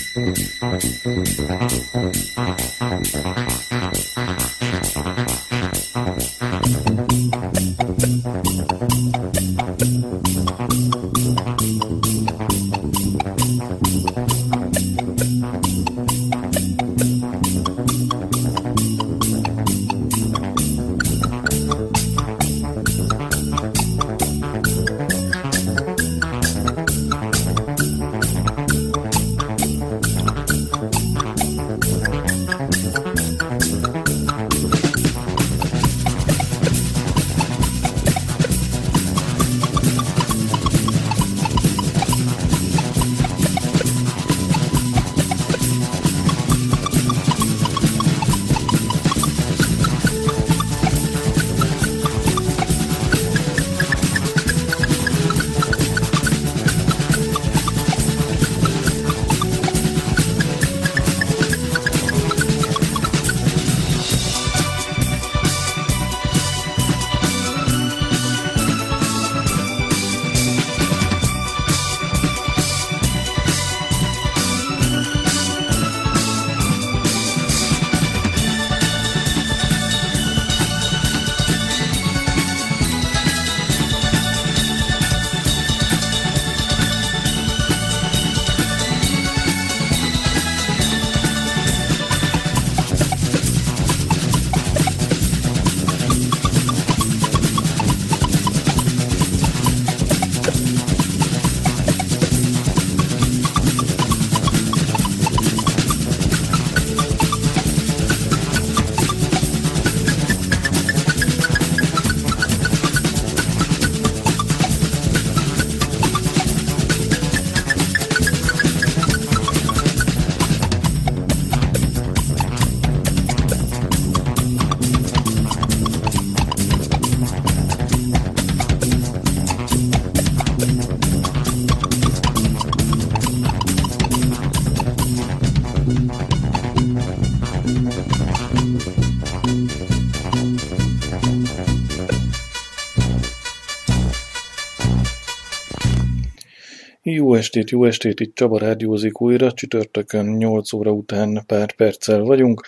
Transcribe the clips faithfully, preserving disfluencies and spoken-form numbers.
Jó estét, jó estét, itt Csaba rádiózik újra, csütörtökön nyolc óra után pár perccel vagyunk,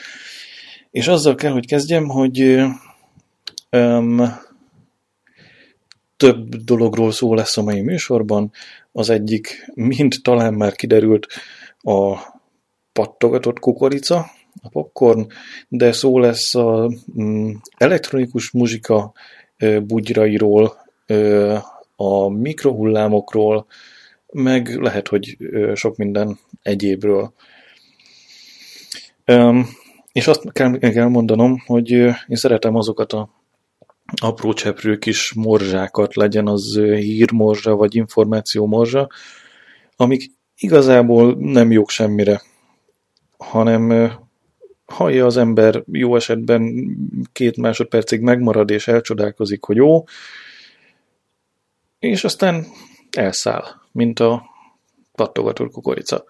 és azzal kell, hogy kezdjem, hogy um, több dologról szó lesz a mai műsorban. Az egyik, mint talán már kiderült, a pattogatott kukorica, a popcorn, de szó lesz a um, elektronikus muzsika uh, bugyrairól, uh, a mikrohullámokról, meg lehet, hogy sok minden egyébről. És azt kell, kell mondanom, hogy én szeretem azokat a apró cseprő kis morzsákat, legyen az hírmorzsa vagy információmorzsa, amik igazából nem jók semmire, hanem hallja az ember, jó esetben két másodpercig megmarad és elcsodálkozik, hogy jó, és aztán elszáll, mint a pattogatott kukorica.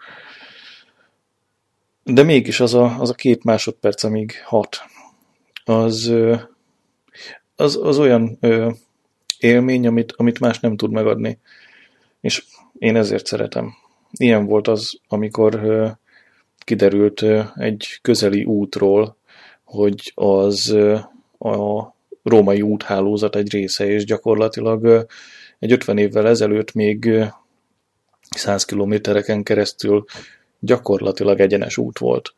De mégis az a, az a két másodperc, amíg hat, az, az, az olyan ö, élmény, amit, amit más nem tud megadni. És én ezért szeretem. Ilyen volt az, amikor ö, kiderült ö, egy közeli útról, hogy az ö, a római úthálózat egy része, és gyakorlatilag ö, egy ötven évvel ezelőtt még száz kilométereken keresztül gyakorlatilag egyenes út volt.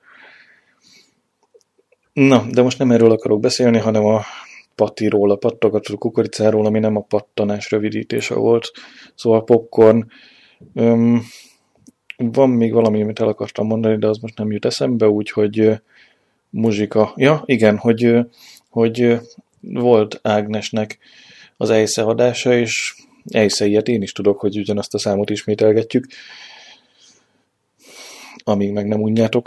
Na, de most nem erről akarok beszélni, hanem a pattiról, a pattogatott kukoricáról, ami nem a pattanás rövidítése volt. Szóval popcorn. Öm, van még valami, amit el akartam mondani, de az most nem jut eszembe, úgyhogy muzsika. Ja, igen, hogy, hogy volt Ágnesnek az Ejsze adása, és Ejsze ilyet én is tudok, hogy ugyanazt a számot ismételgetjük, amíg meg nem unjátok.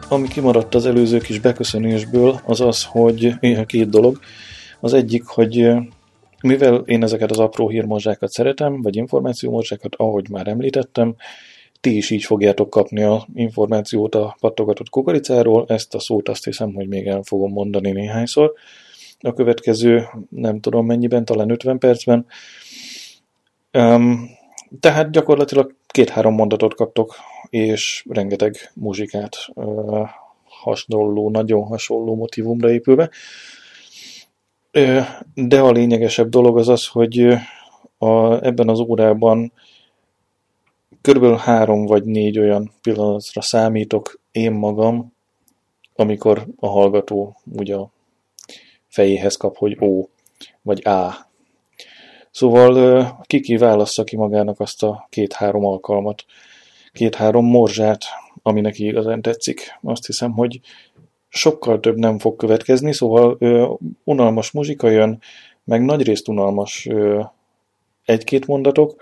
ami kimaradt az előző kis beköszönésből, az az, hogy két dolog. Az egyik, hogy mivel én ezeket az apró hírmorzsákat szeretem, vagy információmorzsákat, ahogy már említettem, ti is így fogjátok kapni az információt a pattogatott kukoricáról. Ezt a szót azt hiszem, hogy még el fogom mondani néhányszor. A következő, nem tudom mennyiben, talán ötven percben. Um, tehát gyakorlatilag két-három mondatot kaptok, és rengeteg muzsikát uh, hasonló, nagyon hasonló motivumra épülve. Uh, de a lényegesebb dolog az az, hogy a, ebben az órában körülbelül három vagy négy olyan pillanatra számítok én magam, amikor a hallgató ugye a fejéhez kap, hogy ó, vagy á. Szóval kiki válassza ki magának azt a két-három alkalmat, két-három morzsát, ami neki igazán tetszik. Azt hiszem, hogy sokkal több nem fog következni, szóval ö, unalmas muzsika jön, meg nagyrészt unalmas ö, egy-két mondatok,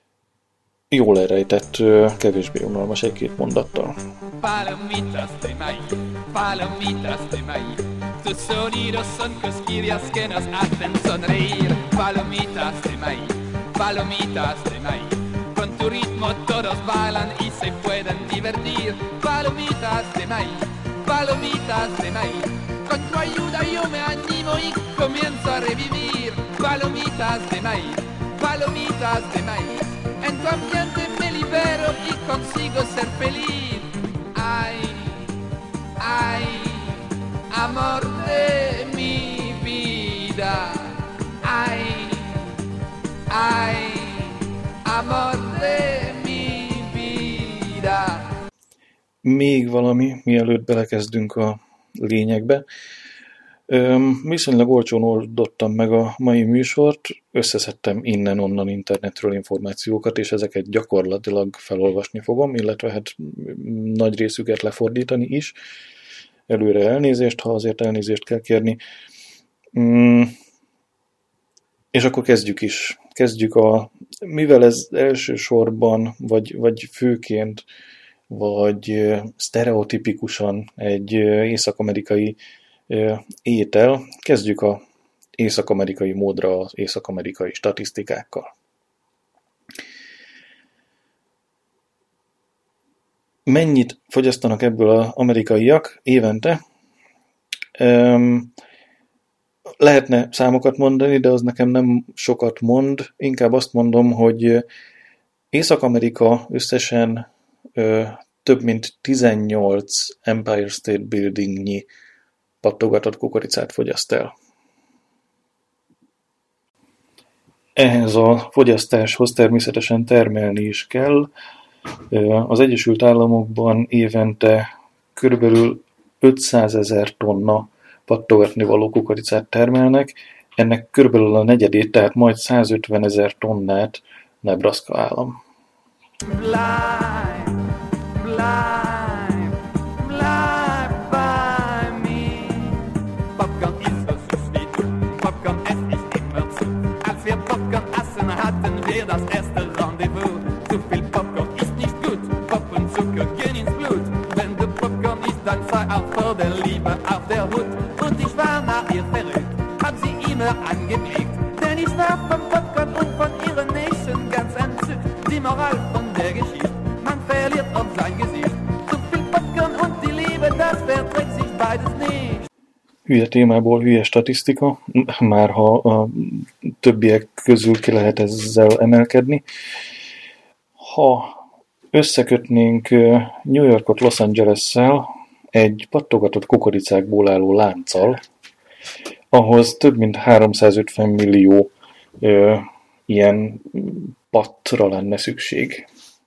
jól elrejtett, ö, kevésbé unalmas egy-két mondattal. Palomitas de maíz, palomitas de maíz. Tus sonidos son cosquillas que nos hacen sonreír. Palomitas de maíz, palomitas de maíz. Con tu ritmo todos bailan y se pueden divertir. Palomitas de maíz, palomitas de maíz. Con tu ayuda yo me animo y comienzo a revivir. Palomitas de maíz, palomitas de maíz. En tu ambiente me libero y consigo ser feliz. Ay, ay, amor de mi vida. Ay, ay, amor de mi vida. Még valami, mielőtt belekezdünk a lényegbe. Öm, viszonylag olcsón oldottam meg a mai műsort, összeszedtem innen-onnan internetről információkat, és ezeket gyakorlatilag felolvasni fogom, illetve hát nagy részüket lefordítani is. Előre elnézést, ha azért elnézést kell kérni. Mm. És akkor kezdjük is. Kezdjük a... Mivel ez elsősorban, vagy, vagy főként, vagy sztereotipikusan egy észak-amerikai étel, kezdjük az észak-amerikai módra, az észak-amerikai statisztikákkal. Mennyit fogyasztanak ebből az amerikaiak évente? Lehetne számokat mondani, de az nekem nem sokat mond. Inkább azt mondom, hogy Észak-Amerika összesen több mint tizennyolc Empire State Buildingnyi pattogatott kukoricát fogyaszt el. Ehhez a fogyasztáshoz természetesen termelni is kell. Az Egyesült Államokban évente körülbelül ötszázezer tonna pattogatni való kukoricát termelnek, ennek körülbelül a negyedét, tehát majd százötvenezer tonnát Nebraska állam. Blind, blind, blind by me. Popcorn ist so süß, Popcorn ess ich immer zu. Als wir Popcorn essen, hatten wir das erste Rendezvous. Zu viel Popcorn ist nicht gut, Pop und Zucker gehen ins Blut. Wenn du Popcorn isst, dann sei auch vor der Liebe auf der Hut. Und ich war nach ihr verrückt, hab sie immer angeblickt. Denn ich war vom Popcorn und von ihren Näschen ganz entzückt. Die Moral von der Geschichte, man verliert auf sein Gesicht. Zu viel Popcorn und die Liebe, das verträgt sich beides nicht. Hülye témából hülye statisztika, már ha a többiek közül ki lehet ezzel emelkedni. Ha összekötnénk New Yorkot Los Angeles-szel egy pattogatott kukoricákból álló lánccal, ahhoz több mint háromszázötven millió ö, ilyen pattra lenne szükség.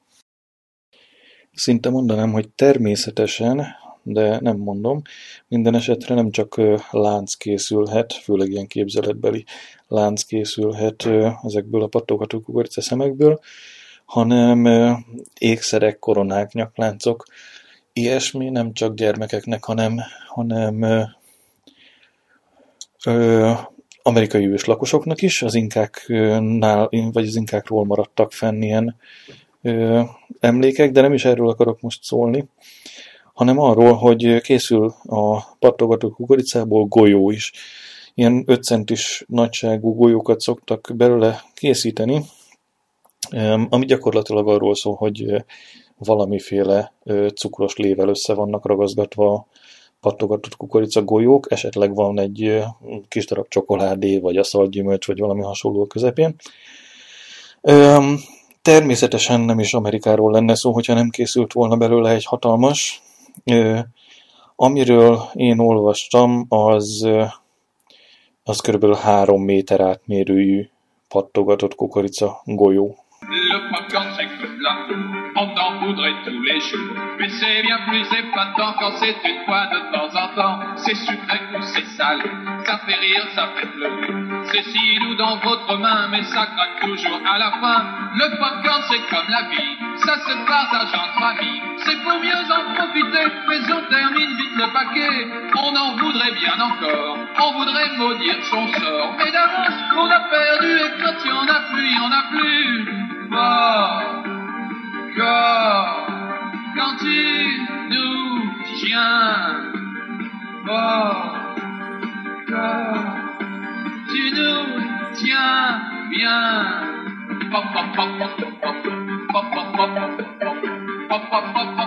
Szinte mondanám, hogy természetesen, de nem mondom, minden esetre nem csak lánc készülhet, főleg ilyen képzeletbeli lánc készülhet ezekből a pattogatott kukorica szemekből, hanem ékszerek, koronák, nyakláncok, ilyesmi, nem csak gyermekeknek, hanem, hanem ö, ö, amerikai őslakosoknak is, az inkáknál, vagy az inkákról maradtak fenn ilyen ö, emlékek, de nem is erről akarok most szólni, hanem arról, hogy készül a pattogatott kukoricából golyó is. Ilyen öt centis nagyságú golyókat szoktak belőle készíteni, ami gyakorlatilag arról szól, hogy valamiféle cukros lével össze vannak ragaszgatva a pattogatott kukorica golyók, esetleg van egy kis darab csokoládé, vagy aszalgyümölcs, vagy valami hasonló a közepén. Természetesen nem is Amerikáról lenne szó, hogyha nem készült volna belőle egy hatalmas. Amiről én olvastam, az, az kb. három méter átmérőjű pattogatott kukorica golyó. Le popcorn c'est comme là, on en voudrait tous les jours. Mais c'est bien plus épatant quand c'est une fois de temps en temps. C'est sucré ou c'est salé, ça fait rire, ça fait pleurer. C'est si doux dans votre main, mais ça craque toujours à la fin. Le popcorn c'est comme la vie, ça se partage entre amis. C'est pour mieux en profiter, mais on termine vite le paquet. On en voudrait bien encore, on voudrait maudire son sort. Mais d'avance, on a perdu et quand il y en a plus, il y en a plus. Encore, quand tu nous tiens, encore, tu nous tiens bien. Pop, pop, pop, pop, pop, pop, pop, pop, pop, pop,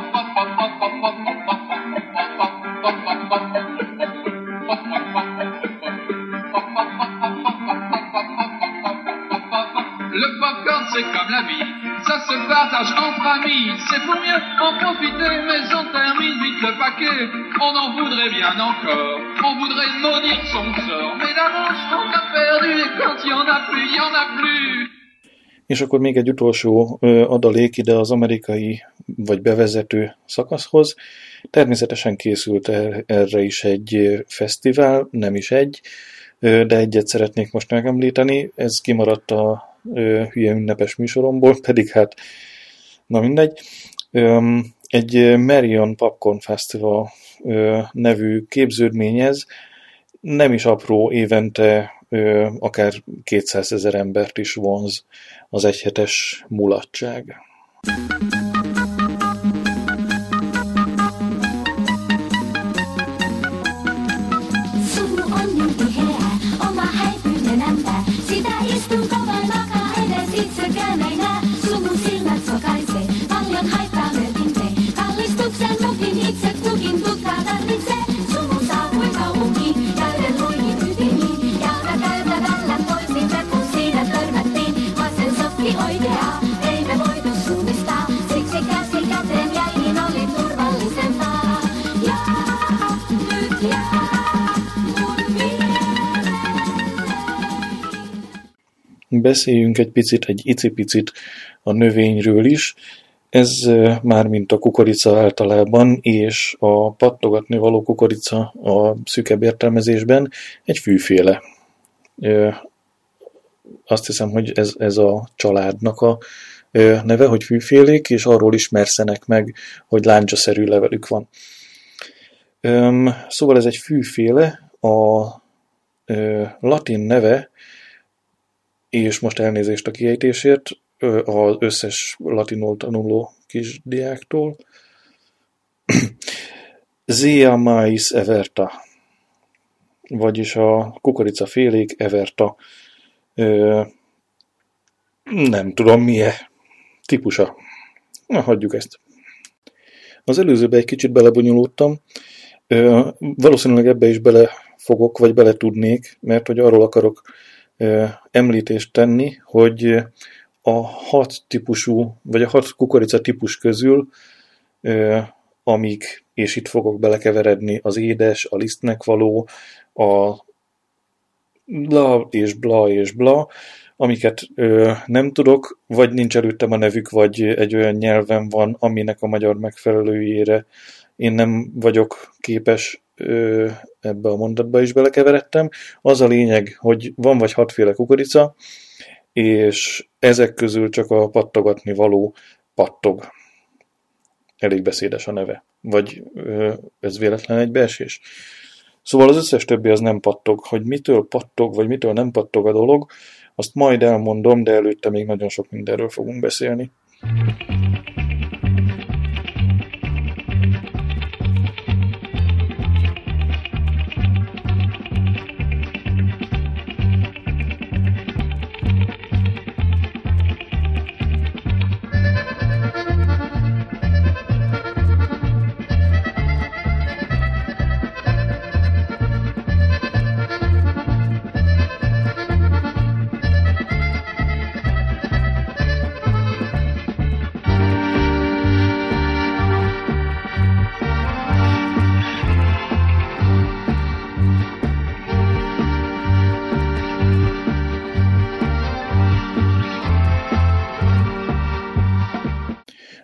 le popcorn c'est comme la vie, ça se partage entre amis. C'est pour mieux en profiter, mais on termine vite le paquet. On en voudrait bien encore, on voudrait maudire son sort. Mais d'avance on a perdu et quand il y en a plus, il y en a plus. És akkor még egy utolsó adalék ide az amerikai vagy bevezető szakaszhoz. Természetesen készült erre is egy fesztivál, nem is egy, de egyet szeretnék most megemlíteni. Ez kimaradt a hülye ünnepes műsoromból, pedig hát, na mindegy. Egy Marion Popcorn Festival nevű képződmény ez, nem is apró, évente akár kétszázezer embert is vonz az egyhetes mulatság. Beszéljünk egy picit, egy icipicit a növényről is. Ez már mint a kukorica általában, és a pattogatni való kukorica a szűkebb értelmezésben egy fűféle. Azt hiszem, hogy ez, ez a családnak a neve, hogy fűfélék, és arról ismerszenek meg, hogy láncsaszerű levelük van. Szóval ez egy fűféle, a latin neve, és most elnézést a kiejtésért az összes latinul tanuló kisdiáktól. Zea mais everta, vagyis a kukoricafélék everta, ö, nem tudom milyen típusa. Na, hagyjuk ezt. Az előzőbe egy kicsit belebonyolódtam, ö, valószínűleg ebbe is bele fogok, vagy bele tudnék, mert hogy arról akarok említést tenni, hogy a hat típusú, vagy a hat kukorica típus közül, amik, és itt fogok belekeveredni, az édes, a lisztnek való, a bla és bla és bla, amiket nem tudok, vagy nincs előttem a nevük, vagy egy olyan nyelven van, aminek a magyar megfelelőjére én nem vagyok képes ebbe a mondatba is belekeveredtem. Az a lényeg, hogy van vagy hatféle kukorica, és ezek közül csak a pattogatni való pattog. Elég beszédes a neve. Vagy ez véletlen egybeesés. Szóval az összes többi az nem pattog. Hogy mitől pattog, vagy mitől nem pattog a dolog, azt majd elmondom, de előtte még nagyon sok mindenről fogunk beszélni.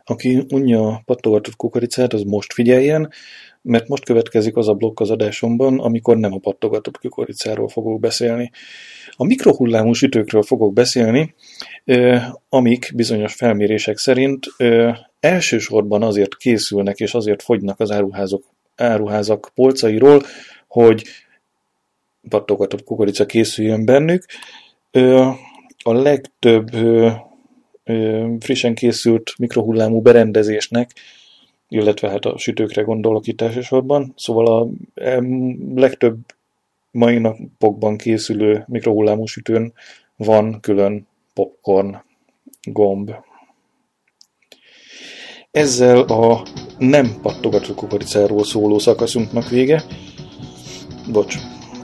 Aki unja a pattogatott kukoricát, az most figyeljen, mert most következik az a blokk az adásomban, amikor nem a pattogatott kukoricáról fogok beszélni. A mikrohullámú sütőkről fogok beszélni, amik bizonyos felmérések szerint elsősorban azért készülnek és azért fogynak az áruházak, áruházak polcairól, hogy pattogatott kukorica készüljön bennük. A legtöbb frissen készült mikrohullámú berendezésnek, illetve hát a sütőkre gondolok itt elsősorban, szóval a legtöbb mai napokban készülő mikrohullámú sütőn van külön popcorn gomb. Ezzel a nem pattogatott kukoricáról szóló szakaszunknak vége. Bocs.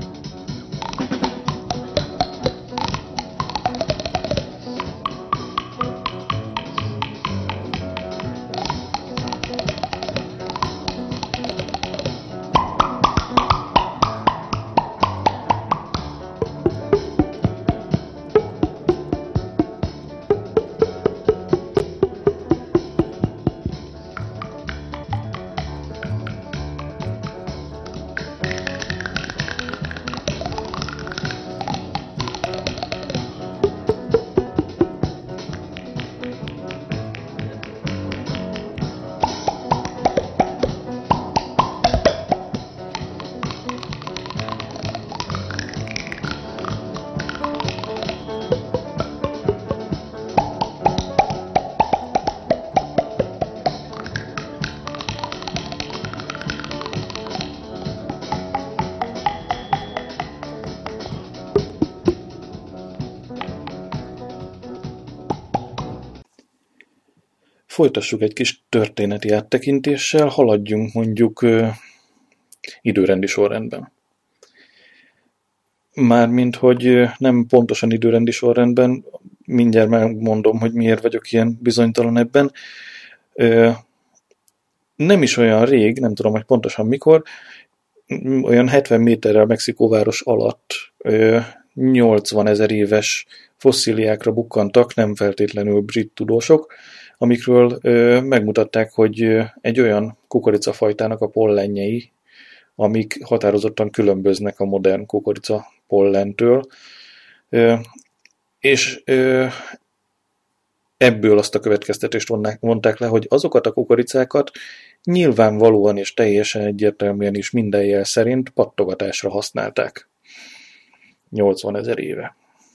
Folytassuk egy kis történeti áttekintéssel, haladjunk mondjuk ö, időrendi sorrendben. Mármint, hogy nem pontosan időrendi sorrendben, mindjárt megmondom, hogy miért vagyok ilyen bizonytalan ebben. Ö, nem is olyan rég, nem tudom, hogy pontosan mikor, olyan hetven méterrel Mexikóváros alatt ö, nyolcvanezer éves fosszíliákra bukkantak, nem feltétlenül brit tudósok, amikről ö, megmutatták, hogy ö, egy olyan kukoricafajtának a pollenjei, amik határozottan különböznek a modern kukorica pollentől, ö, és ö, ebből azt a következtetést vonták le, hogy azokat a kukoricákat nyilvánvalóan és teljesen egyértelműen is minden jel szerint pattogatásra használták. nyolcvanezer éve.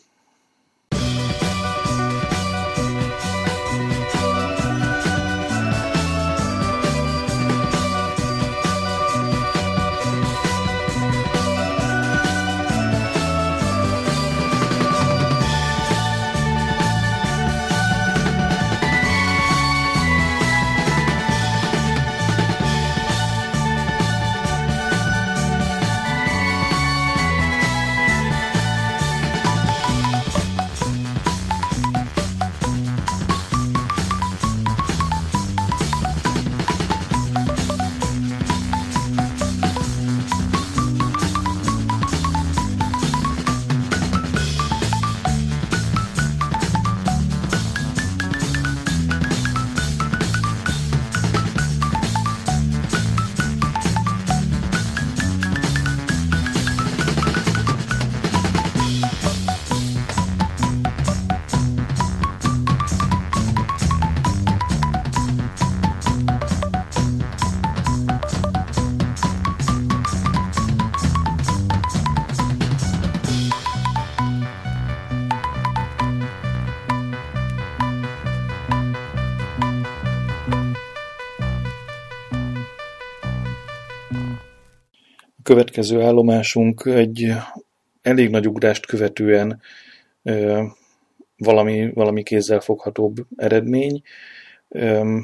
A következő állomásunk egy elég nagy ugrást követően ö, valami, valami kézzelfoghatóbb eredmény. Ö,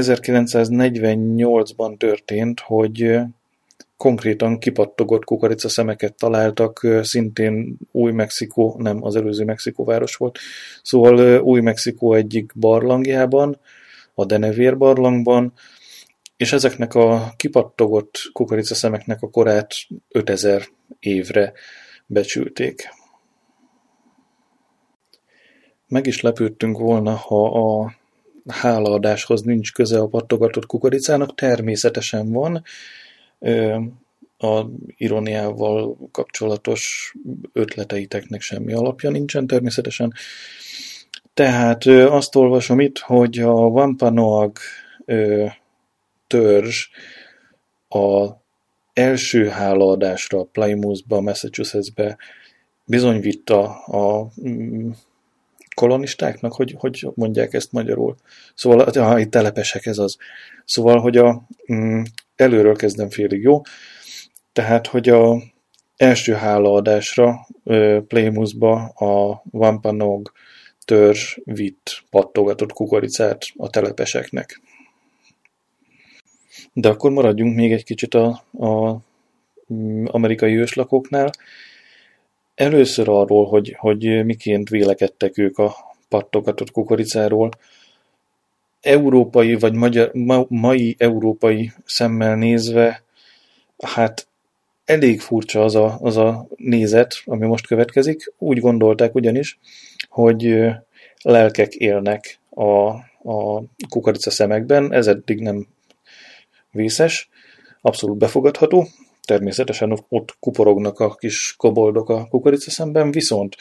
ezerkilencszáznegyvennyolcban történt, hogy konkrétan kipattogott kukoricaszemeket találtak, szintén Új-Mexikó, nem, az előző Mexikóváros volt, szóval Új-Mexikó egyik barlangjában, a Denevér barlangban, és ezeknek a kipattogott kukoricaszemeknek a korát ötezer évre becsülték. Meg is lepődtünk volna, ha a hálaadáshoz nincs köze a pattogatott kukoricának, természetesen van. A iróniával kapcsolatos ötleteiteknek semmi alapja nincsen természetesen. Tehát azt olvasom itt, hogy a Wampanoag törzs a első hálaadásra Plymouthba, Massachusettsbe bizony vitta a kolonistáknak, hogy, hogy mondják ezt magyarul. Szóval, ha itt telepesek, ez az. Szóval, hogy a, előről kezdem félig, jó? Tehát, hogy a első hálaadásra Plymouthba a Wampanoag törzs vitt pattogatott kukoricát a telepeseknek. De akkor maradjunk még egy kicsit a, a amerikai őslakóknál. Először arról, hogy, hogy miként vélekedtek ők a pattogatott kukoricáról. Európai, vagy magyar, ma, mai európai szemmel nézve, hát elég furcsa az a, az a nézet, ami most következik. Úgy gondolták ugyanis, hogy lelkek élnek a, a kukorica szemekben, ez eddig nem vészes, abszolút befogadható. Természetesen ott kuporognak a kis koboldok a kukorica szemben, viszont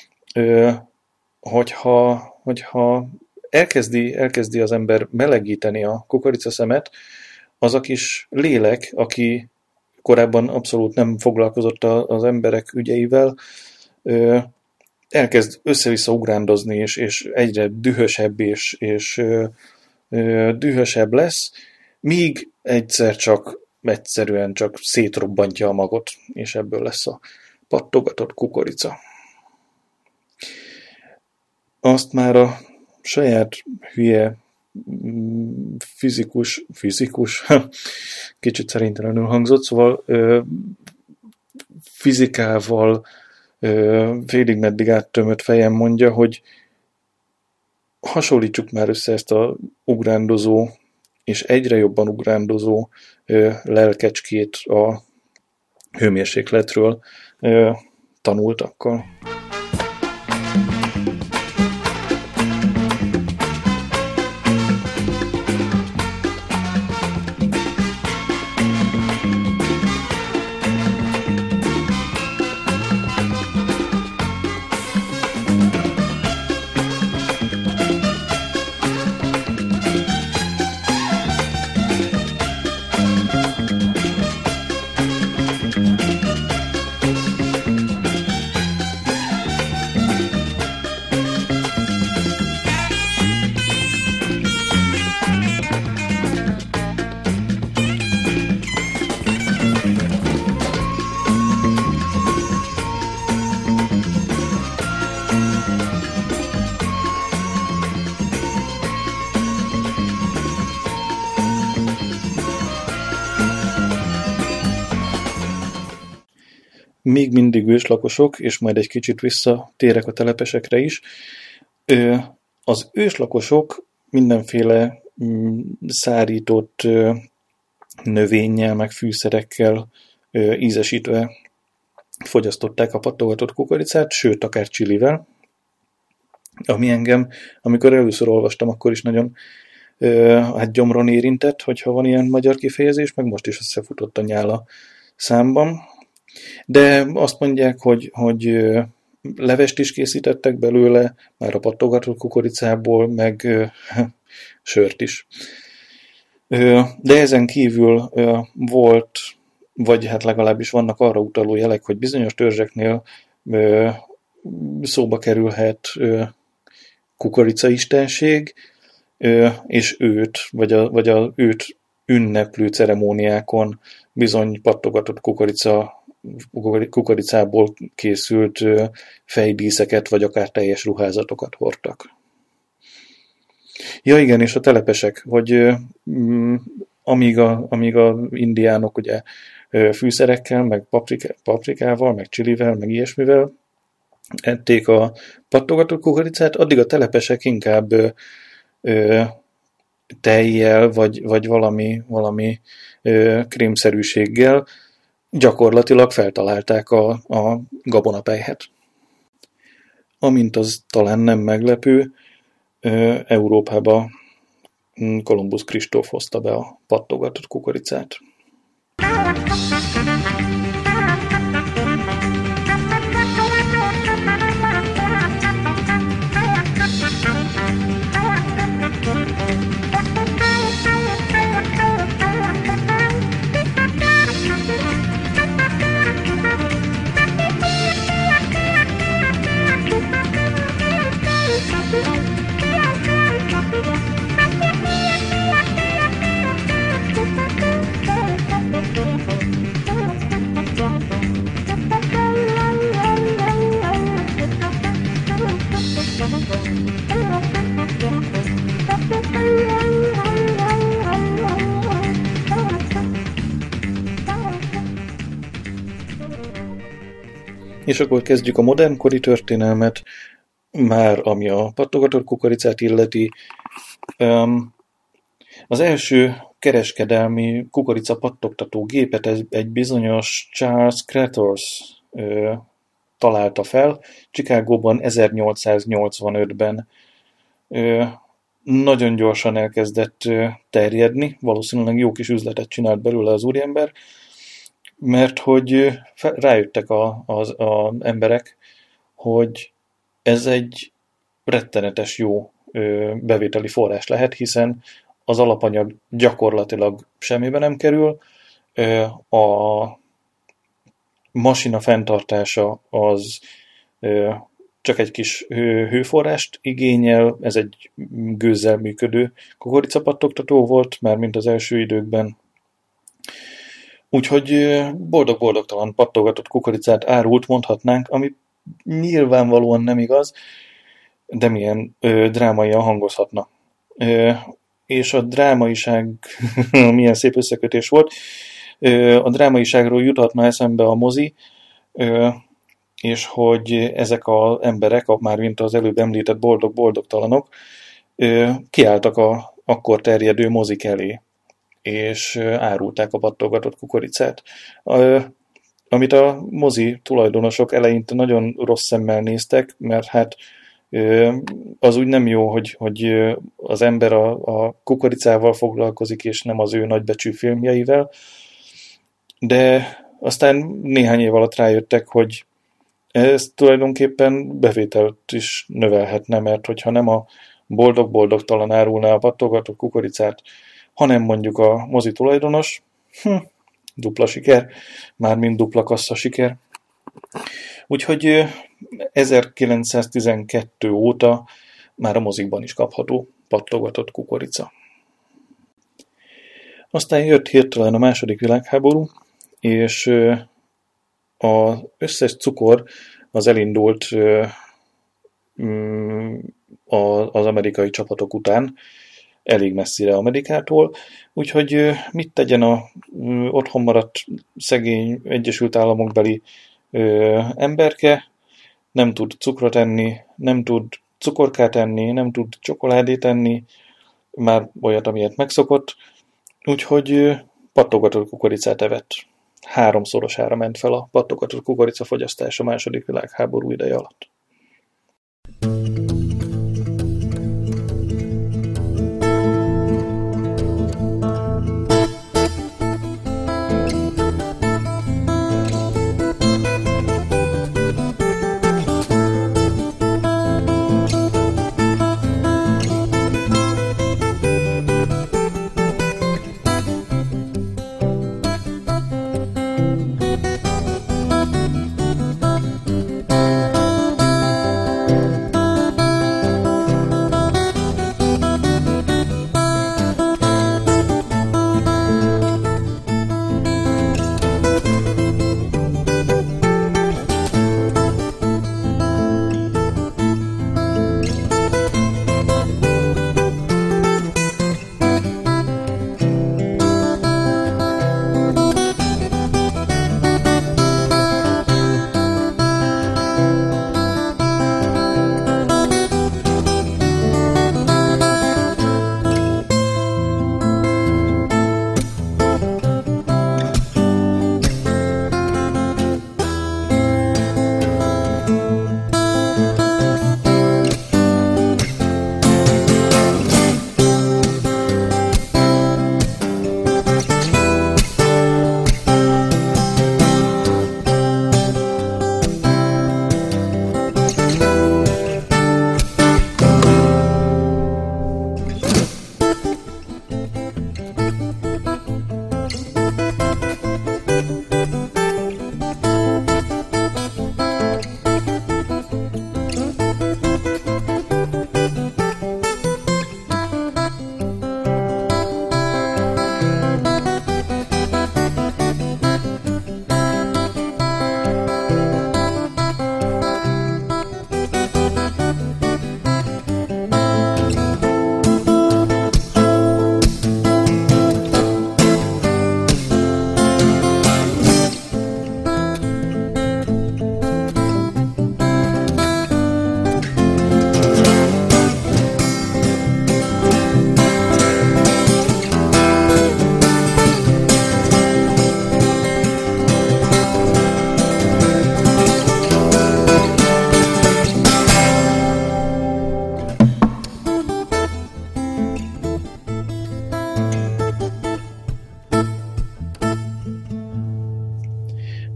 hogyha, hogyha elkezdi, elkezdi az ember melegíteni a kukorica szemet, az a kis lélek, aki korábban abszolút nem foglalkozott az emberek ügyeivel, elkezd össze-vissza ugrándozni, és, és egyre dühösebb és, és dühösebb lesz, míg egyszer csak egyszerűen csak szétrobbantja a magot, és ebből lesz a pattogatott kukorica. Azt már a saját hülye fizikus, fizikus, kicsit szerintelenül hangzott, szóval ö, fizikával ö, félig meddig áttömött fejem mondja, hogy hasonlítsuk már össze ezt a ugrándozó és egyre jobban ugrándozó ö, lelkecskét a hőmérsékletről ö, tanultakkal. Még mindig őslakosok, és majd egy kicsit visszatérek a telepesekre is. Az őslakosok mindenféle szárított növényel, meg fűszerekkel ízesítve fogyasztották a pattogatott kukoricát, sőt, akár csilivel, ami engem, amikor először olvastam, akkor is nagyon hát gyomron érintett, hogyha van ilyen magyar kifejezés, meg most is összefutott a nyál a számban. De azt mondják, hogy, hogy levest is készítettek belőle, már a pattogatott kukoricából, meg sört is. De ezen kívül volt, vagy hát legalábbis vannak arra utaló jelek, hogy bizonyos törzseknél szóba kerülhet kukoricaistenség, és őt, vagy a, vagy a őt ünneplő ceremóniákon bizony pattogatott kukorica kukoricából készült fejdíszeket, vagy akár teljes ruházatokat hordtak. Ja igen, és a telepesek, hogy amíg a, amíg a indiánok ugye fűszerekkel, meg paprika, paprikával, meg csilivel, meg ilyesmivel ették a pattogatott kukoricát, addig a telepesek inkább ö, tejjel, vagy, vagy valami, valami ö, krémszerűséggel gyakorlatilag feltalálták a, a gabonapelyhet. Amint az talán nem meglepő, Európába Kolumbusz Kristóf hozta be a pattogatott kukoricát. És akkor kezdjük a modernkori történelmet, már ami a pattogatott kukoricát illeti. Az első kereskedelmi kukorica pattogtató gépet egy bizonyos Charles Cretors találta fel, Chicagóban ezernyolcszáznyolcvanötben. Nagyon gyorsan elkezdett terjedni, valószínűleg jó kis üzletet csinált belőle az úriember, mert hogy rájöttek az emberek, hogy ez egy rettenetes jó bevételi forrás lehet, hiszen az alapanyag gyakorlatilag semmibe nem kerül, a masina fenntartása az csak egy kis hőforrást igényel, ez egy gőzzel működő kukoricapattogtató volt, már mint az első időkben. Úgyhogy boldog-boldogtalan pattogatott kukoricát árult, mondhatnánk, ami nyilvánvalóan nem igaz, de milyen ö, drámaian hangozhatna. Ö, és a drámaiság milyen szép összekötés volt. Ö, a drámaiságról juthatna eszembe a mozi, ö, és hogy ezek az emberek, már mint az előbb említett boldog-boldogtalanok, ö, kiálltak a akkor terjedő mozik elé, és árulták a pattogatott kukoricát. Ö, amit a mozi tulajdonosok eleinte nagyon rossz szemmel néztek, mert hát az úgy nem jó, hogy, hogy az ember a, a kukoricával foglalkozik, és nem az ő nagybecsű filmjeivel, de aztán néhány év alatt rájöttek, hogy ez tulajdonképpen bevételt is növelhetne, mert hogyha nem a boldog-boldogtalan árulná a pattogatott kukoricát, hanem mondjuk a mozi tulajdonos, hm, dupla siker, mármint dupla kassza siker. Úgyhogy ezerkilencszáztizenkettő óta már a mozikban is kapható pattogatott kukorica. Aztán jött hirtelen a második világháború, és az összes cukor az elindult az amerikai csapatok után, elég messzire Amerikától, úgyhogy mit tegyen a otthon maradt szegény Egyesült Államokbeli ö, emberke, nem tud cukrot enni, nem tud cukorkát enni, nem tud csokoládét enni, már olyat, amilyet megszokott, úgyhogy pattogatott kukoricát evett. Háromszorosára ment fel a pattogatott kukorica fogyasztás a második világháború ideje alatt.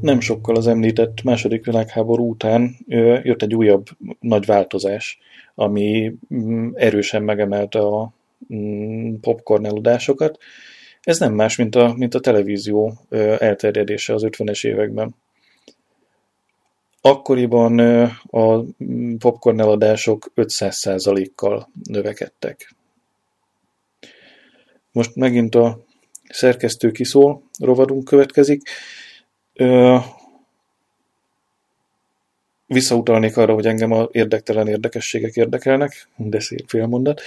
Nem sokkal az említett második világháború után jött egy újabb nagy változás, ami erősen megemelte a popcorn eladásokat. Ez nem más, mint a, mint a televízió elterjedése az ötvenes években. Akkoriban a popcorn eladások ötszáz százalékkal növekedtek. Most megint a szerkesztő kiszól rovarunk következik. Visszautalnék arra, hogy engem a érdektelen érdekességek érdekelnek, de szép félmondat.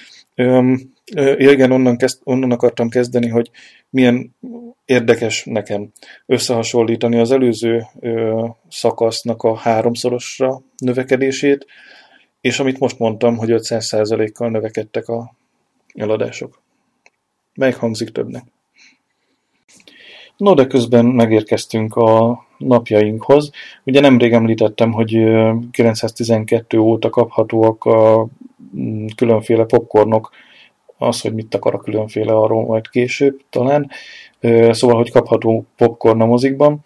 Igen, onnan, kezd, onnan akartam kezdeni, hogy milyen érdekes nekem összehasonlítani az előző ö, szakasznak a háromszorosra növekedését, és amit most mondtam, hogy ötszáz százalékkal növekedtek a eladások. Melyik hangzik többnek? No, de közben megérkeztünk a napjainkhoz. Ugye nemrég említettem, hogy kilencszáztizenkettő óta kaphatóak a különféle popcornok, az, hogy mit akar a különféle, arról majd később talán. Szóval, hogy kapható popcorn a mozikban.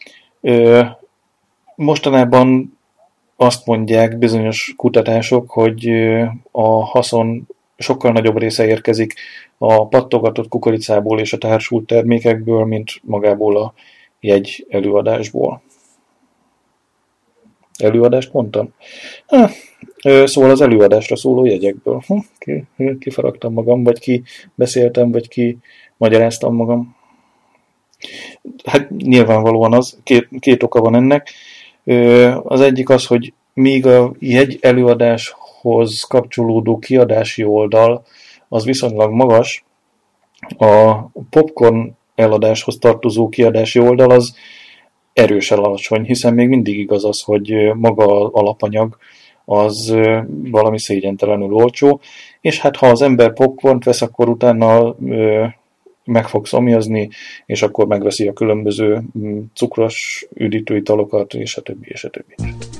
Mostanában azt mondják bizonyos kutatások, hogy a haszon sokkal nagyobb része érkezik a pattogatott kukoricából és a társult termékekből, mint magából a jegy előadásból. Előadást mondtam? Ha, szóval az előadásra szóló jegyekből. Ki, kifaragtam magam, vagy ki beszéltem, vagy ki magyaráztam magam. Hát nyilvánvalóan az, két, két oka van ennek. Az egyik az, hogy míg a jegy előadáshoz kapcsolódó kiadási oldal az viszonylag magas, a popcorn eladáshoz tartozó kiadási oldal az erősen alacsony, hiszen még mindig igaz az, hogy maga az alapanyag az valami szégyentelenül olcsó, és hát ha az ember popcornt vesz, akkor utána meg fog szomjazni, és akkor megveszi a különböző cukros üdítőitalokat, és a többi, és a többi.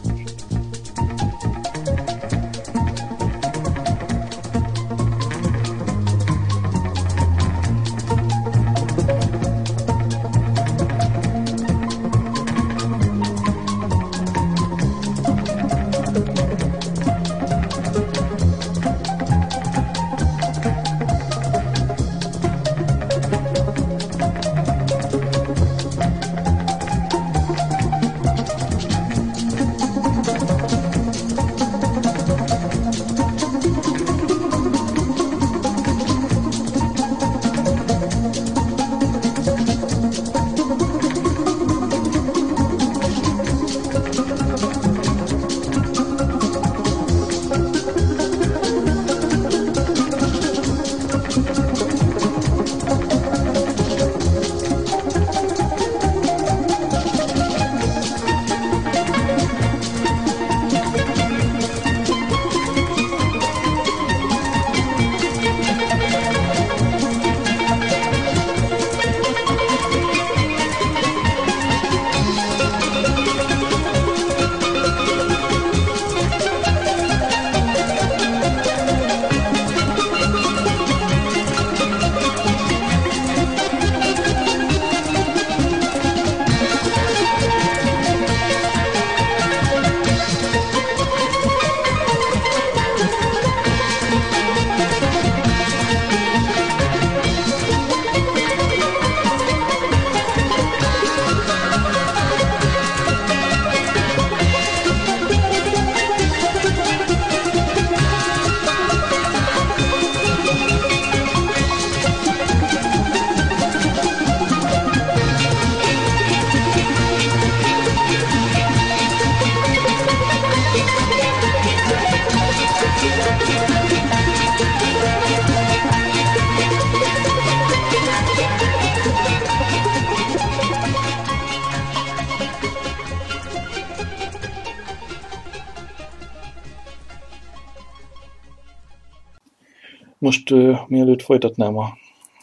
Most uh, mielőtt folytatnám a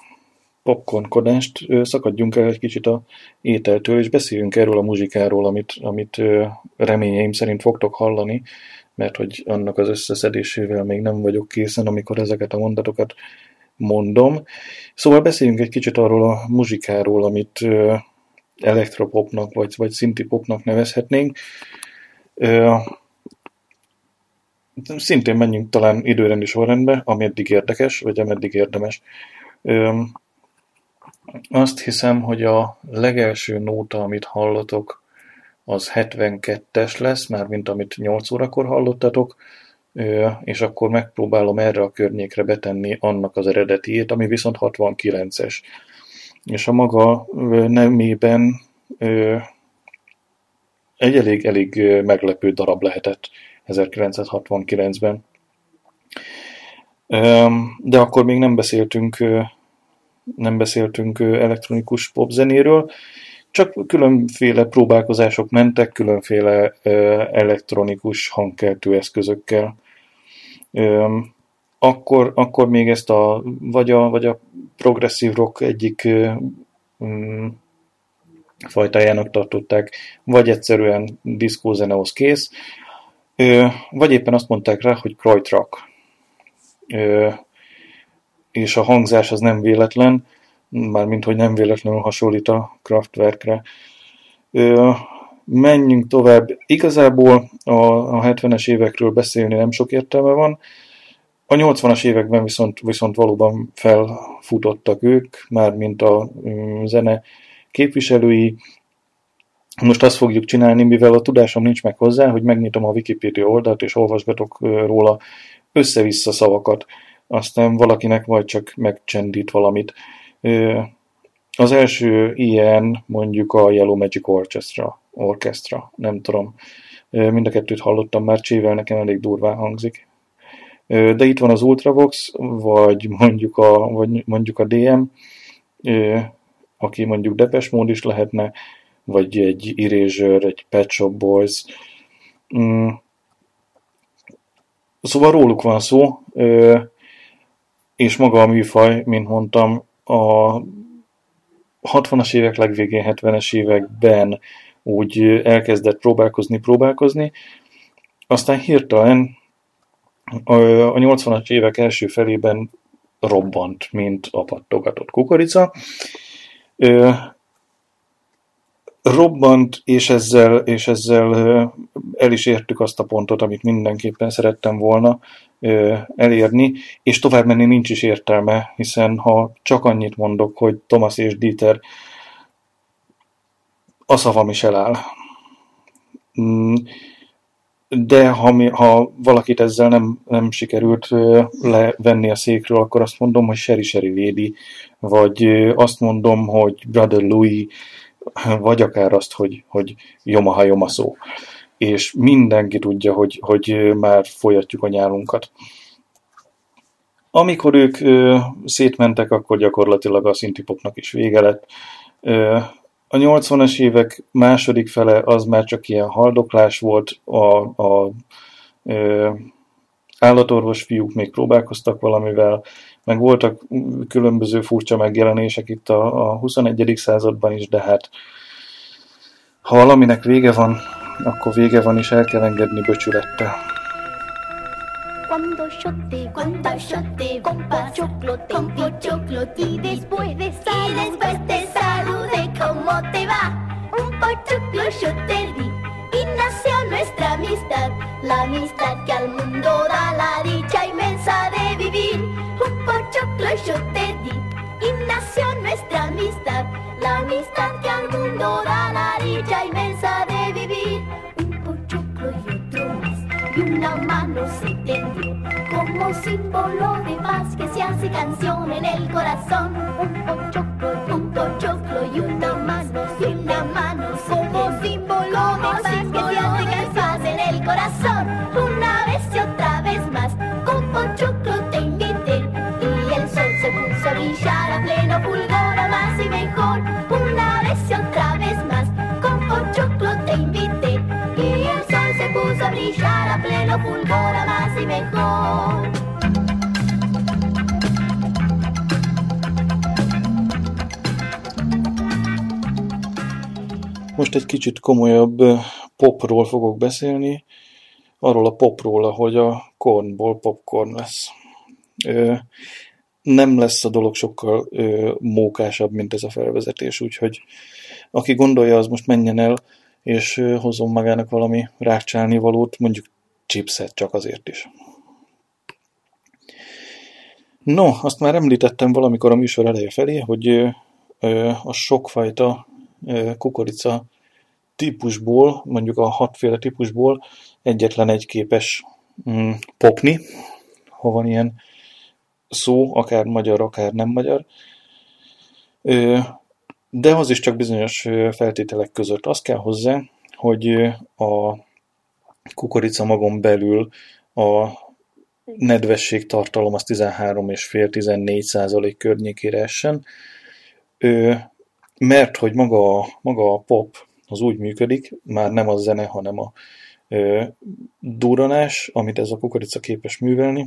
popcornkodást, uh, szakadjunk el egy kicsit a ételtől, és beszéljünk erről a muzsikáról, amit, amit uh, reményeim szerint fogtok hallani, mert hogy annak az összeszedésével még nem vagyok készen, amikor ezeket a mondatokat mondom. Szóval beszéljünk egy kicsit arról a muzsikáról, amit uh, elektropopnak, vagy, vagy szintipopnak nevezhetnénk. Ö, szintén menjünk talán időrendi sorrendbe, ameddig érdekes, vagy ameddig érdemes. Ö, azt hiszem, hogy a legelső nóta, amit hallotok, az hetvenkettes lesz, mármint amit nyolc órakor hallottatok, és akkor megpróbálom erre a környékre betenni annak az eredetiét, ami viszont hatvankilences. És a maga nemében egy elég-elég meglepő darab lehetett ezerkilencszázhatvankilencben. De akkor még nem beszéltünk, nem beszéltünk elektronikus popzenéről, csak különféle próbálkozások mentek, különféle elektronikus hangkeltő eszközökkel. Akkor, akkor még ezt a vagy a, vagy a progresszív rock egyik um, fajtájának tartották, vagy egyszerűen diszkózenehoz kész, vagy éppen azt mondták rá, hogy krautrock. És a hangzás az nem véletlen, mármint hogy nem véletlenül hasonlít a Kraftwerkre. Menjünk tovább. Igazából a, a hetvenes évekről beszélni nem sok értelme van. A nyolcvanas években viszont, viszont valóban felfutottak ők, mármint a zene képviselői. Most azt fogjuk csinálni, mivel a tudásom nincs meg hozzá, hogy megnyitom a Wikipédia oldalt, és olvasgatok róla össze-vissza szavakat. Aztán valakinek majd csak megcsendít valamit. Az első ilyen mondjuk a Yellow Magic Orchestra, Orchestra, nem tudom. Mind a kettőt hallottam már, csével nekem elég durván hangzik. De itt van az Ultravox, vagy mondjuk a, vagy mondjuk a dé em, aki mondjuk Depeche Mode is lehetne, vagy egy Erasure, egy Pet Shop Boys. Szóval róluk van szó, és maga a műfaj, mint mondtam, a hatvanas évek legvégén, hetvenes években úgy elkezdett próbálkozni, próbálkozni, aztán hirtelen a nyolcvanas évek első felében robbant, mint a pattogatott kukorica. Robbant, és ezzel, és ezzel el is értük azt a pontot, amit mindenképpen szerettem volna elérni, és tovább menni nincs is értelme, hiszen ha csak annyit mondok, hogy Thomas és Dieter, a szavam is eláll. De ha, ha valakit ezzel nem, nem sikerült levenni a székről, akkor azt mondom, hogy Sherry Sherry Lady, vagy azt mondom, hogy Brother Louis, vagy akár azt, hogy, hogy Yomaha Yomaszó. És mindenki tudja, hogy, hogy már folyatjuk a nyálunkat. Amikor ők ö, szétmentek, akkor gyakorlatilag a szintipopnak is vége lett. Ö, a nyolcvanas évek második fele az már csak ilyen haldoklás volt, a, a ö, állatorvos fiúk még próbálkoztak valamivel, meg voltak különböző furcsa megjelenések itt a, a huszonegyedik században is, de hát ha valaminek vége van, akkor vége van, és el kell engedni becsülettel. Cuando yo te, cuando yo te compa choclo, compa choclo, y después de sal, y después te salude, ¿cómo te va? Un pochoclo yo te di, y nació nuestra amistad, la amistad que al mundo da la dicha inmensa de vivir. Un pochoclo yo te di, y nació nuestra amistad, la amistad que al mundo da la dicha inmensa de vivir. Un pochoclo y otro más, y una mano se tendió, como símbolo de paz que se hace canción en el corazón. Un pochoclo, un pochoclo y una mano, y una mano como símbolo de paz que se hace canción en el corazón. Una vez y otra vez más, con pochoclo te invité, y el sol se puso a brillar a pleno fulgor, a más y mejor. Una vez y otra vez más, con pochoclo te invité, y el sol se puso a brillar a pleno fulgor, a más y mejor. Most egy kicsit komolyabb popról fogok beszélni, arról a popról, hogy a Kornból popcorn lesz. Ö, nem lesz a dolog sokkal ö, mókásabb, mint ez a felvezetés, úgyhogy aki gondolja, az most menjen el, és hozzon magának valami rákcsálni valót, mondjuk chipset csak azért is. No, azt már említettem valamikor a műsor eleje felé, hogy a sokfajta kukorica típusból, mondjuk a hatféle típusból egyetlen egy képes mm, popni, ha van ilyen szó, akár magyar, akár nem magyar. De az is csak bizonyos feltételek között. Az kell hozzá, hogy a kukorica magon belül a nedvesség tartalom az tizenhárom egész öt tizennégy százalék környékére essen, mert hogy maga a, maga a pop az úgy működik, már nem a zene, hanem a durranás, amit ez a kukorica képes művelni,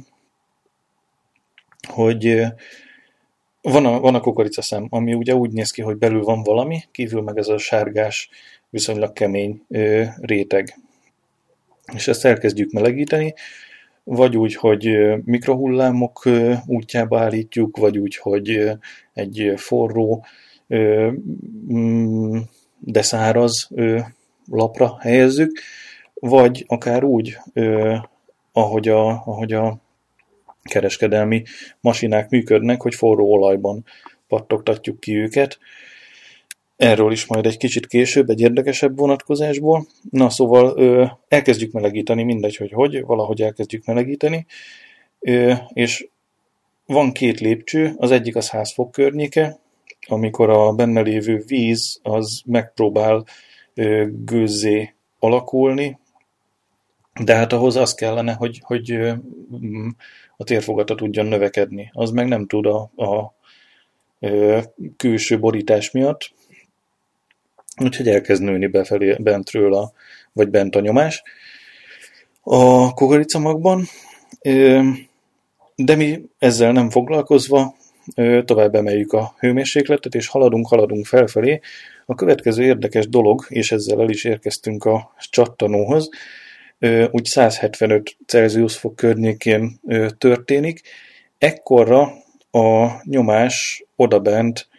hogy van a, van a kukoricaszem, ami ugye úgy néz ki, hogy belül van valami, kívül meg ez a sárgás, viszonylag kemény ö, réteg. És ezt elkezdjük melegíteni, vagy úgy, hogy mikrohullámok ö, útjába állítjuk, vagy úgy, hogy ö, egy forró, ö, mm, de száraz ö, lapra helyezzük, vagy akár úgy, ö, ahogy a, ahogy a kereskedelmi masinák működnek, hogy forró olajban pattogtatjuk ki őket. Erről is majd egy kicsit később, egy érdekesebb vonatkozásból. Na szóval ö, elkezdjük melegíteni, mindegy, hogy hogy, valahogy elkezdjük melegíteni, ö, és van két lépcső, az egyik az száz fok környéke, amikor a benne lévő víz az megpróbál ö, gőzzé alakulni, de hát ahhoz az kellene, hogy, hogy ö, a térfogata tudjon növekedni. Az meg nem tud a, a ö, külső borítás miatt, úgyhogy elkezd nőni befelé, bentről, a, vagy bent a nyomás a kukoricamagban, ö, de mi ezzel nem foglalkozva ö, tovább emeljük a hőmérsékletet, és haladunk, haladunk felfelé. A következő érdekes dolog, és ezzel el is érkeztünk a csattanóhoz, úgy száz hetvenöt Celsius fok környékén történik. Ekkorra a nyomás odabent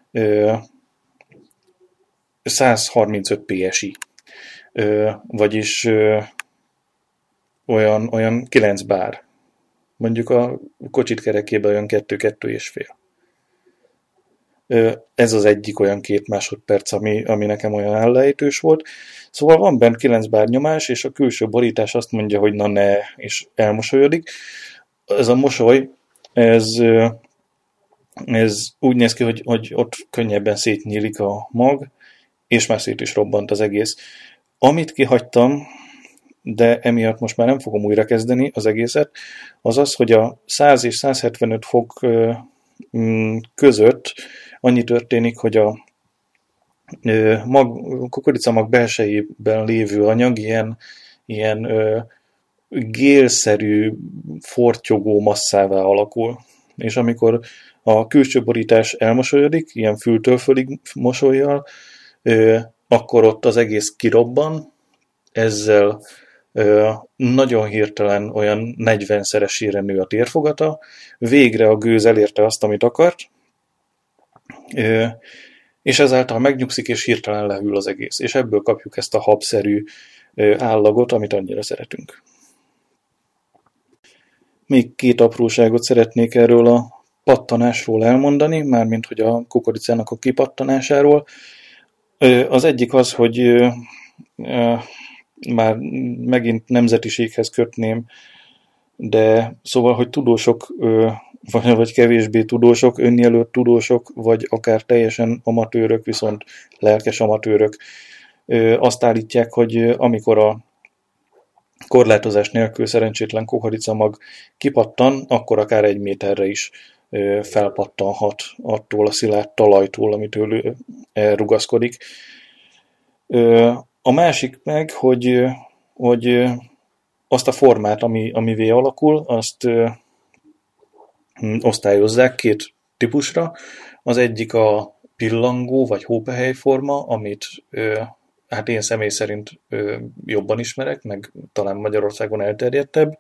száz harmincöt pé es i, vagyis olyan, olyan kilenc bár. Mondjuk a kocsit kerekében olyan kettő-kettő és fél. Ez az egyik olyan két másodperc, ami, ami nekem olyan ellenejtős volt. Szóval van bent kilenc bár nyomás, és a külső borítás azt mondja, hogy na ne, és elmosolyodik. Ez a mosoly, ez, ez úgy néz ki, hogy, hogy ott könnyebben szétnyílik a mag, és már szét is robbant az egész. Amit kihagytam, de emiatt most már nem fogom újra kezdeni az egészet, az az, hogy a száz és száz hetvenöt fok között annyi történik, hogy a mag, kukoricamag belsejében lévő anyag ilyen, ilyen ö, gélszerű, fortyogó masszává alakul. És amikor a külső borítás elmosolyodik, ilyen fültől fölig mosollyal, ö, akkor ott az egész kirobban, ezzel ö, nagyon hirtelen olyan negyvenszeresére nő a térfogata, végre a gőz elérte azt, amit akart, ö, és ezáltal megnyugszik, és hirtelen lehűl az egész. És ebből kapjuk ezt a habszerű állagot, amit annyira szeretünk. Még két apróságot szeretnék erről a pattanásról elmondani, mármint hogy a kukoricának a kipattanásáról. Az egyik az, hogy már megint nemzetiséghez kötném, de szóval, hogy tudósok, vagy kevésbé tudósok, önjelölt tudósok, vagy akár teljesen amatőrök, viszont lelkes amatőrök azt állítják, hogy amikor a korlátozás nélkül szerencsétlen kukoricamag kipattan, akkor akár egy méterre is felpattanhat attól a szilárd talajtól, amitől elrugaszkodik. A másik meg, hogy, hogy azt a formát, ami, amivé alakul, azt osztályozzák két típusra. Az egyik a pillangó vagy hópehely forma, amit hát én személy szerint jobban ismerek, meg talán Magyarországon elterjedtebb,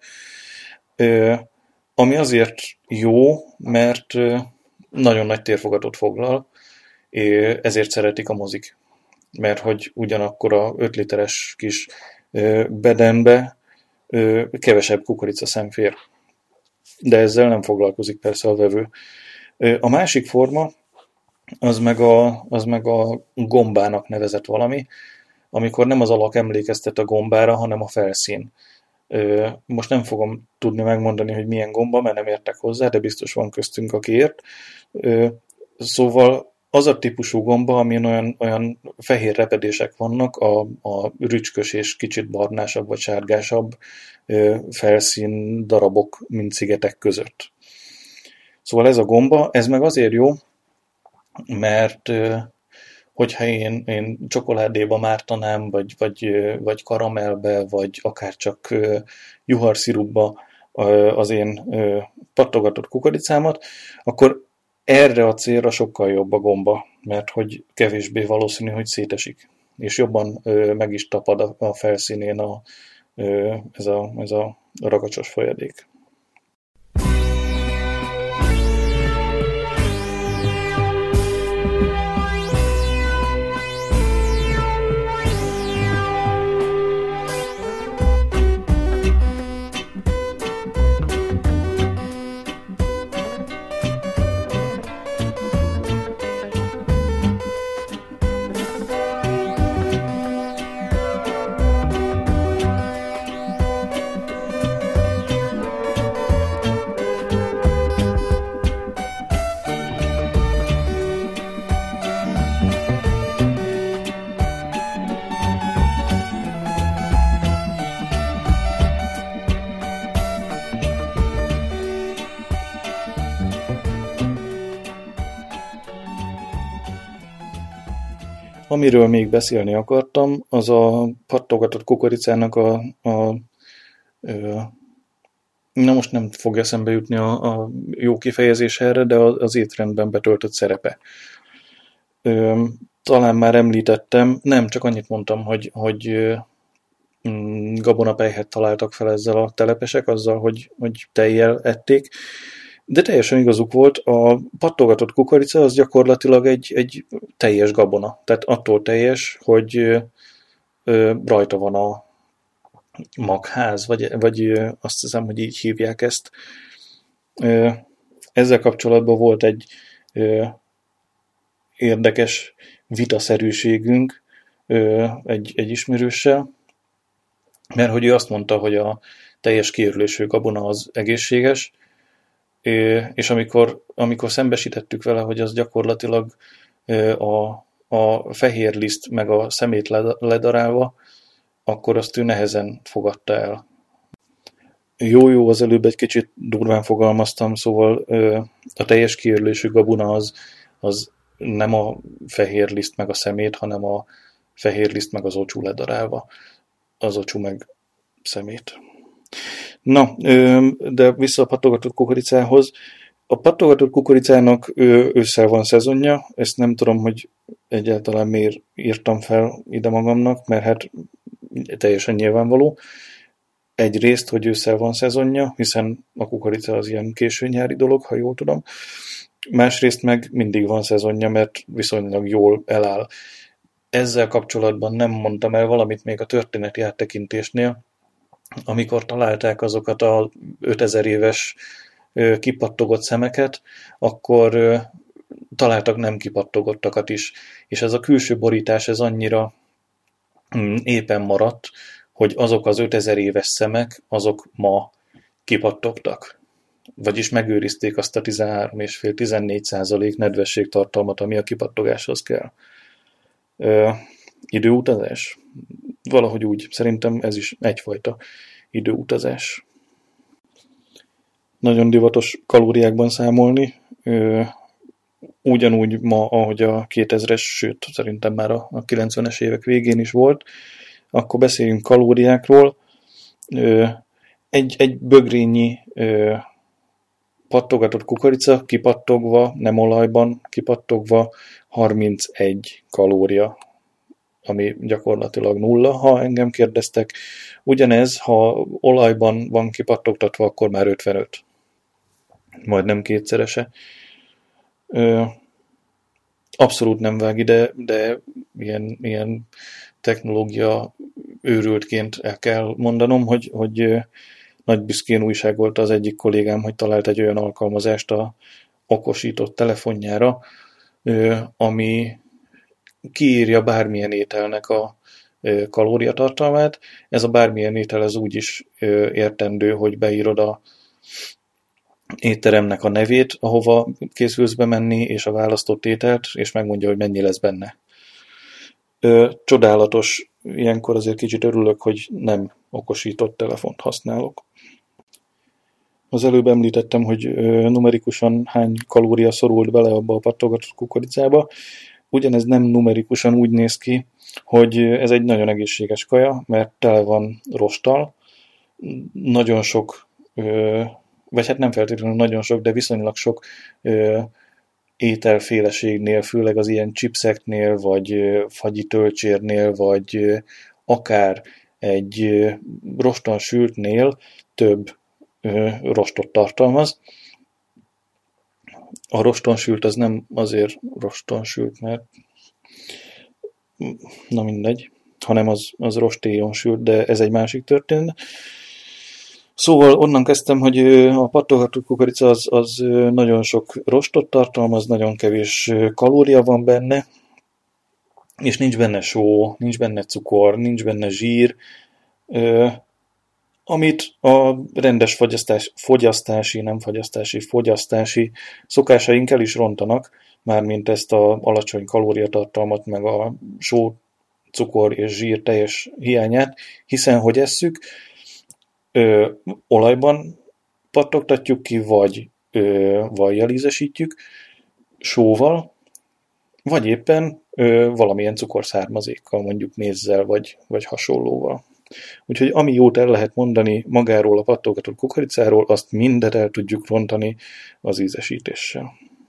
ami azért jó, mert nagyon nagy térfogatot foglal, ezért szeretik a mozik. mert hogy ugyanakkor a öt literes kis bedenbe kevesebb kukoricaszem fér. De ezzel nem foglalkozik persze a vevő. A másik forma, az meg a, az meg a gombának nevezett valami, amikor nem az alak emlékeztet a gombára, hanem a felszín. Most nem fogom tudni megmondani, hogy milyen gomba, mert nem értek hozzá, de biztos van köztünk, aki ért. Szóval az a típusú gomba, amin olyan, olyan fehér repedések vannak, a, a rücskös és kicsit barnásabb vagy sárgásabb felszín darabok, mint szigetek között. Szóval ez a gomba, ez meg azért jó, mert hogyha én, én csokoládéba mártanám, vagy, vagy, vagy karamellbe, vagy akár csak juharszirupba az én pattogatott kukoricámat, akkor erre a célra sokkal jobb a gomba, mert hogy kevésbé valószínű, hogy szétesik, és jobban meg is tapad a felszínén a, ez, a, ez a ragacsos folyadék. Amiről még beszélni akartam, az a pattogatott kukoricának a, a, a na most nem fog eszembe jutni a, a jó kifejezés erre, de az étrendben betöltött szerepe. Talán már említettem, nem, csak annyit mondtam, hogy, hogy gabonapelyhet találtak fel ezzel a telepesek, azzal, hogy, hogy tejjel ették. De teljesen igazuk volt, a pattogatott kukorica az gyakorlatilag egy, egy teljes gabona. Tehát attól teljes, hogy ö, rajta van a magház, vagy, vagy ö, azt hiszem, hogy így hívják ezt. Ö, ezzel kapcsolatban volt egy ö, érdekes vitaszerűségünk ö, egy, egy ismerőssel, mert hogy ő azt mondta, hogy a teljes kiörülésű gabona az egészséges, és amikor, amikor szembesítettük vele, hogy az gyakorlatilag a, a fehér liszt meg a szemét ledarálva, akkor azt ő nehezen fogadta el. Jó-jó, az előbb egy kicsit durván fogalmaztam, szóval a teljes kiörülésű gabona az, az nem a fehér liszt meg a szemét, hanem a fehér liszt meg az ocsú ledarálva, az ocsú meg szemét. Na, de vissza a pattogatott kukoricához. A pattogatott kukoricának ősszel van szezonja, ezt nem tudom, hogy egyáltalán miért írtam fel ide magamnak, mert hát teljesen nyilvánvaló. Egyrészt, hogy ősszel van szezonja, hiszen a kukorica az ilyen késő nyári dolog, ha jól tudom. Másrészt meg mindig van szezonja, mert viszonylag jól eláll. Ezzel kapcsolatban nem mondtam el valamit még a történeti áttekintésnél, amikor találták azokat a ötezer éves kipattogott szemeket, akkor találtak nem kipattogottakat is. És ez a külső borítás ez annyira éppen maradt, hogy azok az ötezer éves szemek, azok ma kipattogtak. Vagyis megőrizték azt a tizenhárom egész öt-tizennégy százalék nedvességtartalmat, ami a kipattogáshoz kell. Ö, időutazás? Valahogy úgy. Szerintem ez is egyfajta időutazás. Nagyon divatos kalóriákban számolni. Ö, ugyanúgy ma, ahogy a kétezres, sőt, szerintem már a kilencvenes évek végén is volt. Akkor beszéljünk kalóriákról. Ö, egy, egy bögrényi ö, pattogatott kukorica, kipattogva, nem olajban, kipattogva harmincegy kalória, ami gyakorlatilag nulla, ha engem kérdeztek. Ugyanez, ha olajban van kipattogtatva, akkor már ötvenöt. Majdnem kétszerese. Ö, abszolút nem vág ide, de ilyen, ilyen technológia őrültként el kell mondanom, hogy, hogy nagy büszkén újságolta az egyik kollégám, hogy talált egy olyan alkalmazást a okosított telefonjára, ami kiírja bármilyen ételnek a kalóriatartalmát. Ez a bármilyen étel az úgy is értendő, hogy beírod a étteremnek a nevét, ahova készülsz bemenni, és a választott ételt, és megmondja, hogy mennyi lesz benne. Csodálatos, ilyenkor azért kicsit örülök, hogy nem okosított telefont használok. Az előbb említettem, hogy numerikusan hány kalória szorult bele abba a pattogatott kukoricába. Ugyanez nem numerikusan úgy néz ki, hogy ez egy nagyon egészséges kaja, mert tele van rosttal. Nagyon sok, vagy hát nem feltétlenül nagyon sok, de viszonylag sok ételféleségnél, főleg az ilyen chipseknél, vagy fagyi tölcsérnél, vagy akár egy roston sültnél több rostot tartalmaz. A roston sült az nem azért roston sült, mert na mindegy, hanem az, az rostéjon sült, de ez egy másik történet. Szóval onnan kezdtem, hogy a pattogatott kukorica az, az nagyon sok rostot tartalmaz, nagyon kevés kalória van benne, és nincs benne só, nincs benne cukor, nincs benne zsír, amit a rendes fogyasztás, fogyasztási, nem fogyasztási, fogyasztási szokásaink el is rontanak, mármint ezt az alacsony kalóriatartalmat, meg a só, cukor és zsír teljes hiányát, hiszen hogy esszük, Ö, olajban pattogtatjuk ki, vagy ö, vajjal ízesítjük, sóval, vagy éppen ö, valamilyen cukorszármazékkal, mondjuk mézzel, vagy, vagy hasonlóval. Úgyhogy ami jót el lehet mondani magáról a pattogatott kukoricáról, azt mindet el tudjuk rontani az ízesítéssel.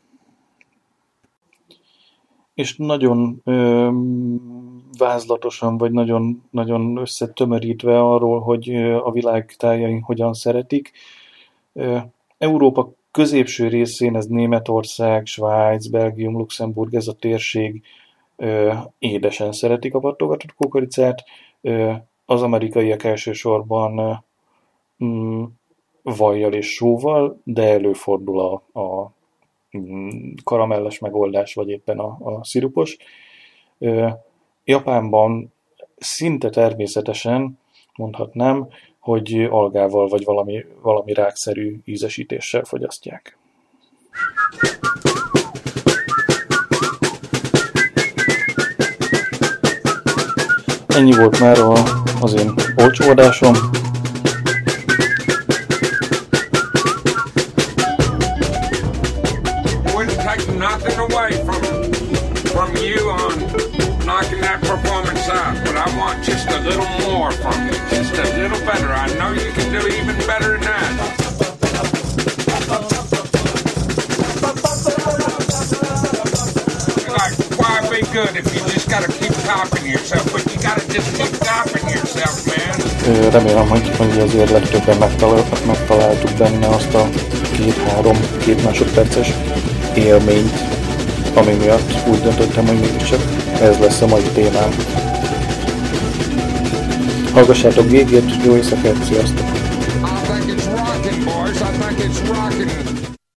És nagyon ö, vázlatosan, vagy nagyon, nagyon összetömörítve arról, hogy a világ tájain hogyan szeretik. Európa középső részén, ez Németország, Svájc, Belgium, Luxemburg, ez a térség édesen szeretik a pattogatott kukoricát. Az amerikaiak elsősorban vajjal és sóval, de előfordul a, a karamelles megoldás, vagy éppen a, a szirupos. Japánban szinte természetesen mondhatnám, hogy algával vagy valami, valami rákszerű ízesítéssel fogyasztják. Ennyi volt már a, az én olcsóadásom. Knocking that performance out, but I want just a little more from you, just a little better. I know you can do even better than that. Like, why be good if you just gotta keep topping yourself, but you gotta just keep topping yourself, man. Remélem, hogy, hogy azért legtöbben megtalál, megtaláltuk benne azt a két-három, két másodperces élményt, ami miatt úgy döntöttem, hogy mégiscsak ez lesz a mai témám. Hallgassátok gégét, jó éjszakát, sziasztok! I think it's rockin', boys, I think it's rockin'.